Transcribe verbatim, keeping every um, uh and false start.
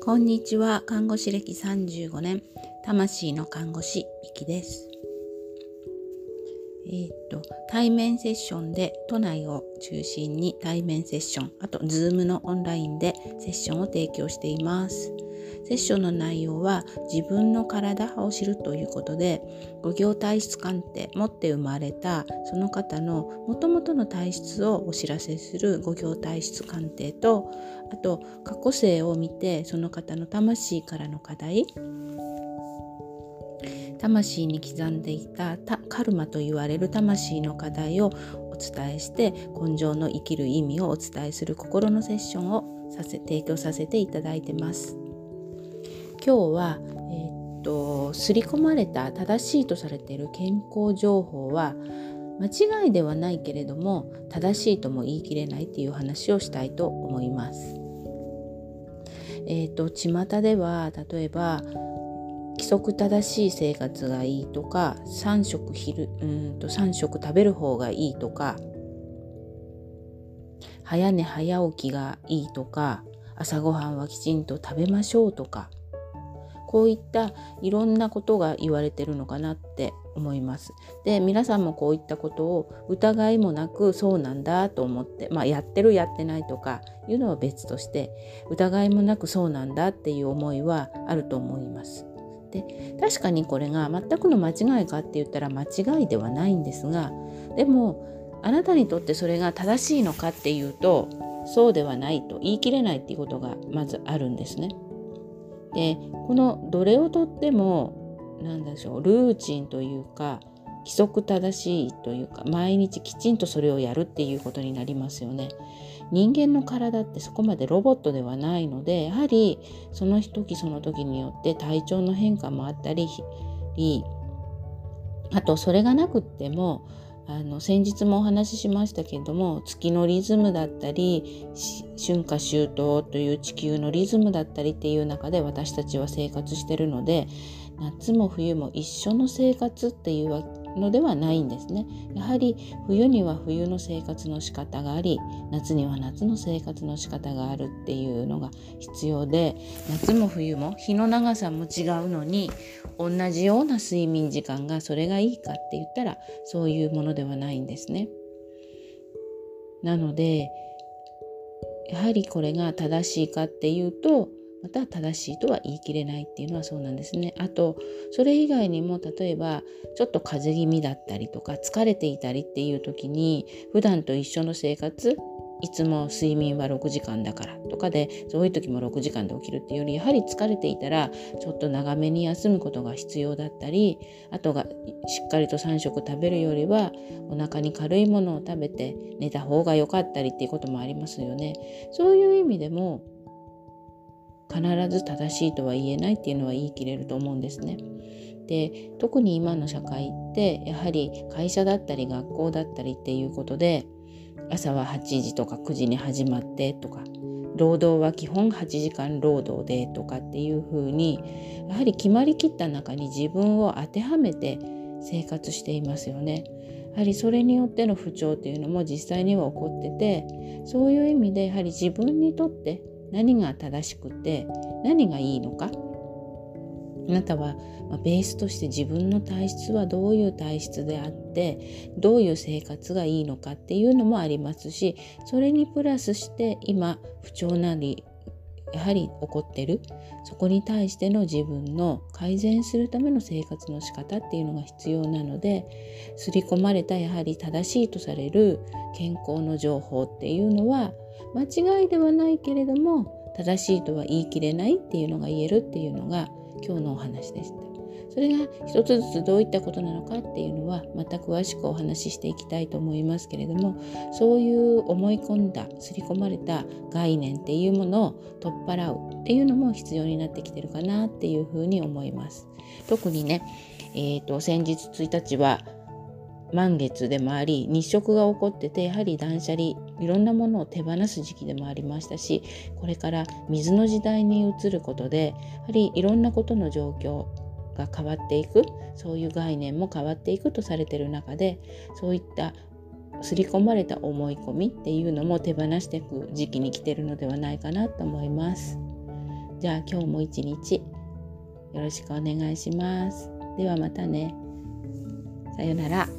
こんにちは。看護師歴さんじゅうごねん、魂の看護師いきです。えー、っと対面セッションで都内を中心に対面セッション、あと Zoom のオンラインでセッションを提供しています。セッションの内容は自分の体を知るということで、五行体質鑑定、持って生まれたその方の元々の体質をお知らせする五行体質鑑定と、あと過去世を見てその方の魂からの課題、魂に刻んでいたカルマと言われる魂の課題をお伝えして、根性の生きる意味をお伝えする心のセッションをさせ提供させていただいてます。今日は、えー、っと刷り込まれた正しいとされている健康情報は間違いではないけれども正しいとも言い切れないっていう話をしたいと思います。えー、っと巷では例えば規則正しい生活がいいとか、さん食昼うんとさん食食べる方がいいとか、早寝早起きがいいとか、朝ごはんはきちんと食べましょうとか、こういったいろんなことが言われてるのかなって思います。で、皆さんもこういったことを疑いもなくそうなんだと思って、まあやってるやってないとかいうのは別として、疑いもなくそうなんだっていう思いはあると思います。で、確かにこれが全くの間違いかって言ったら間違いではないんですが、でもあなたにとってそれが正しいのかっていうと、そうではないと言い切れないっていうことがまずあるんですね。で、このどれをとっても何でしょう、ルーチンというか規則正しいというか、毎日きちんとそれをやるっていうことになりますよね。人間の体ってそこまでロボットではないので、やはりその時その時によって体調の変化もあったり、あとそれがなくってもあの先日もお話ししましたけれども、月のリズムだったり春夏秋冬という地球のリズムだったりっていう中で私たちは生活しているので、夏も冬も一緒の生活っていうのではないんですね。やはり冬には冬の生活の仕方があり、夏には夏の生活の仕方があるっていうのが必要で、夏も冬も日の長さも違うのに同じような睡眠時間がそれがいいかって言ったらそういうものではないんですね。なのでやはりこれが正しいかっていうと、また正しいとは言い切れないっていうのはそうなんですね。あとそれ以外にも、例えばちょっと風邪気味だったりとか疲れていたりっていう時に、普段と一緒の生活、いつも睡眠はろくじかんだからとかで、そういう時もろくじかんで起きるっていうより、やはり疲れていたらちょっと長めに休むことが必要だったり、あとがしっかりとさん食食べるよりはお腹に軽いものを食べて寝た方が良かったりっていうこともありますよね。そういう意味でも必ず正しいとは言えないっていうのは言い切れると思うんですね。で、特に今の社会ってやはり会社だったり学校だったりっていうことで、朝ははちじとかくじに始まってとか、労働は基本はちじかん労働でとかっていう風に、やはり決まりきった中に自分を当てはめて生活していますよね。やはりそれによっての不調っていうのも実際には起こってて、そういう意味でやはり自分にとって何が正しくて何がいいのか、あなたはベースとして自分の体質はどういう体質であって、どういう生活がいいのかっていうのもありますし、それにプラスして今不調なりやはり起こってる、そこに対しての自分の改善するための生活の仕方っていうのが必要なので、刷り込まれたやはり正しいとされる健康の情報っていうのは間違いではないけれども正しいとは言い切れないっていうのが言えるっていうのが今日のお話でした。それが一つずつどういったことなのかっていうのはまた詳しくお話ししていきたいと思いますけれども、そういう思い込んだ刷り込まれた概念っていうものを取っ払うっていうのも必要になってきてるかなっていうふうに思います。特にね、えーと、先日ついたちは満月でもあり、日食が起こってて、やはり断捨離、いろんなものを手放す時期でもありましたし、これから水の時代に移ることでやはりいろんなことの状況が変わっていく、そういう概念も変わっていくとされている中で、そういった刷り込まれた思い込みっていうのも手放していく時期に来ているのではないかなと思います。 じゃあ今日も一日よろしくお願いします。ではまたね。さよなら。